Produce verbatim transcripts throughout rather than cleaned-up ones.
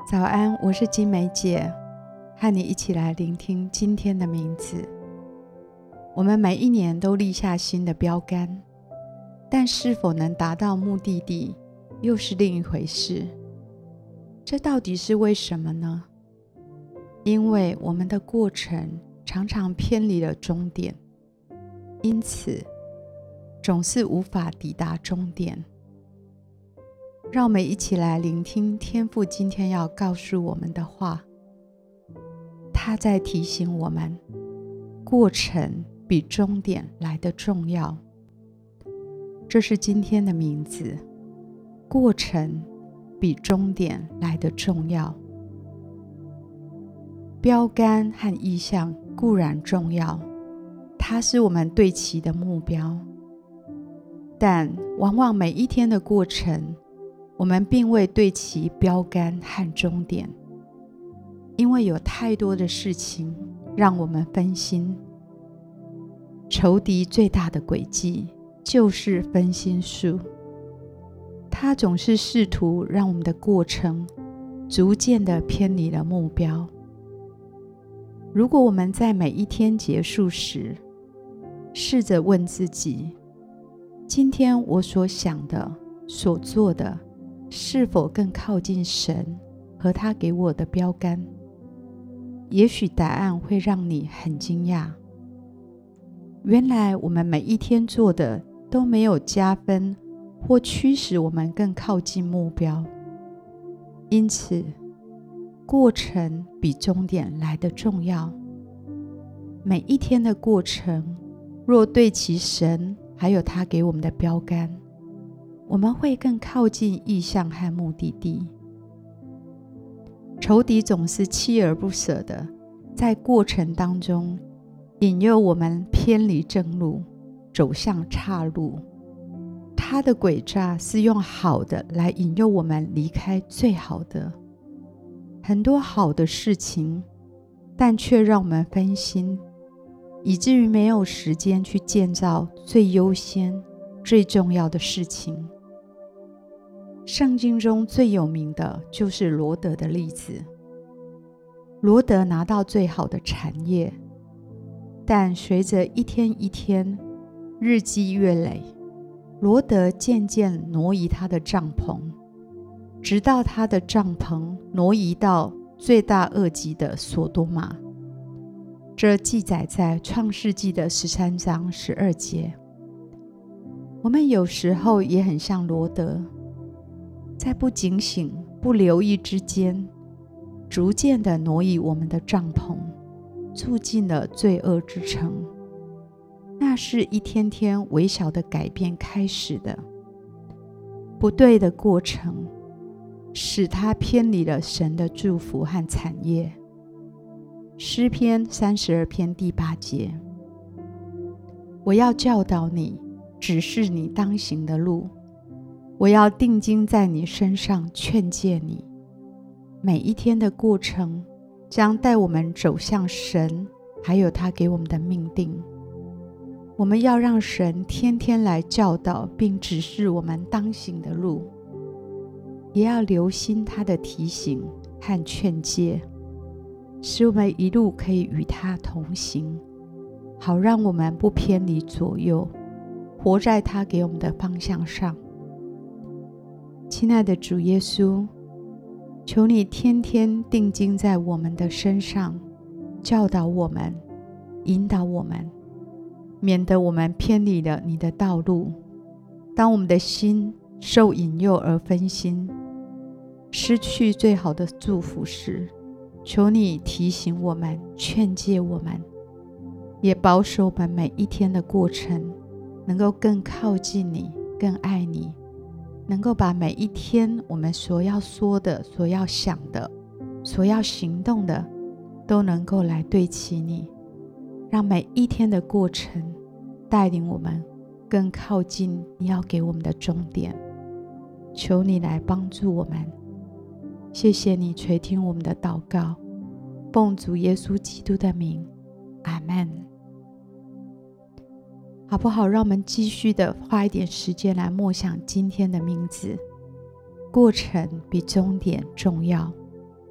早安，我是金梅姐，和你一起来聆听今天的名字。我们每一年都立下新的标杆，但是否能达到目的地又是另一回事。这到底是为什么呢？因为我们的过程常常偏离了终点，因此总是无法抵达终点。让我们一起来聆听天父今天要告诉我们的话。他在提醒我们，过程比终点来得重要。这是今天的名字，过程比终点来得重要。标杆和意向固然重要，它是我们对齐的目标，但往往每一天的过程我们并未对齐标杆和终点，因为有太多的事情让我们分心。仇敌最大的诡计就是分心术，他总是试图让我们的过程逐渐地偏离了目标。如果我们在每一天结束时，试着问自己，今天我所想的、所做的是否更靠近神和他给我的标杆？也许答案会让你很惊讶。原来我们每一天做的都没有加分或驱使我们更靠近目标。因此，过程比终点来得重要。每一天的过程若对齐神还有他给我们的标杆，我们会更靠近意向和目的地。仇敌总是锲而不舍的在过程当中引诱我们偏离正路，走向岔路。他的诡诈是用好的来引诱我们离开最好的。很多好的事情，但却让我们分心，以至于没有时间去建造最优先、最重要的事情。圣经中最有名的就是罗得的例子。罗得拿到最好的产业，但随着一天一天，日积月累，罗得渐渐挪移他的帐篷，直到他的帐篷挪移到罪大恶极的所多玛。这记载在创世纪的十三章十二节。我们有时候也很像罗得，在不警醒、不留意之间，逐渐地挪移我们的帐篷，住进了罪恶之城。那是一天天微小的改变开始的，不对的过程，使他偏离了神的祝福和产业。诗篇三十二篇第八节：我要教导你，指示你当行的路，我要定睛在你身上，劝诫你。每一天的过程将带我们走向神，还有他给我们的命定。我们要让神天天来教导并指示我们当行的路，也要留心他的提醒和劝诫，使我们一路可以与他同行，好让我们不偏离左右，活在他给我们的方向上。亲爱的主耶稣，求你天天定睛在我们的身上，教导我们，引导我们，免得我们偏离了你的道路。当我们的心受引诱而分心，失去最好的祝福时，求你提醒我们，劝诫我们，也保守我们每一天的过程能够更靠近你，更爱你，能够把每一天我们所要说的、所要想的、所要行动的，都能够来对齐你，让每一天的过程带领我们更靠近你要给我们的终点。求你来帮助我们。谢谢你垂听我们的祷告，奉主耶稣基督的名，阿们。好不好？让我们继续的花一点时间来默想今天的名字。过程比终点重要。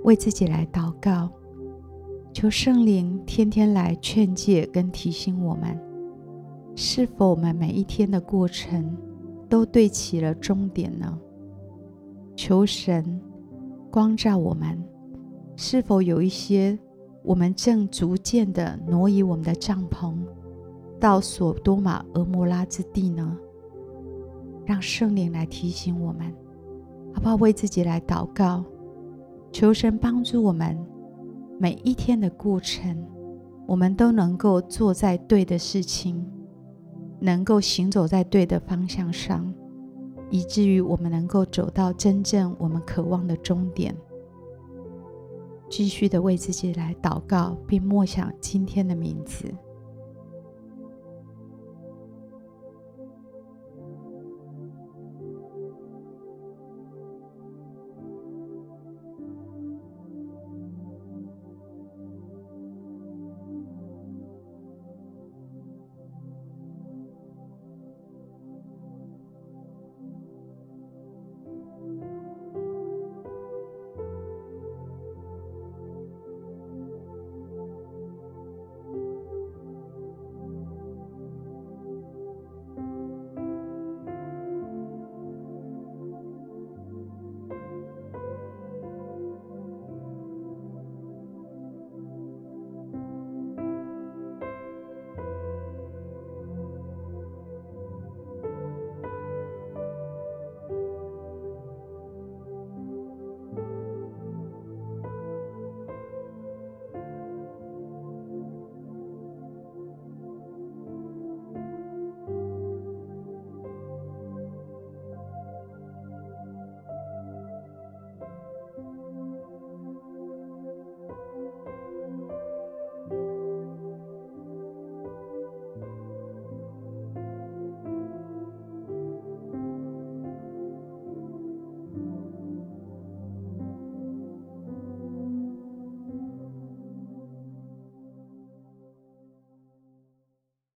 为自己来祷告，求圣灵天天来劝诫跟提醒我们，是否我们每一天的过程都对齐了终点呢？求神光照我们，是否有一些我们正逐渐的挪移我们的帐篷到索多玛俄摩拉之地呢？让圣灵来提醒我们，好不好？为自己来祷告，求神帮助我们每一天的过程，我们都能够做在对的事情，能够行走在对的方向上，以至于我们能够走到真正我们渴望的终点。继续的为自己来祷告，并默想今天的名字。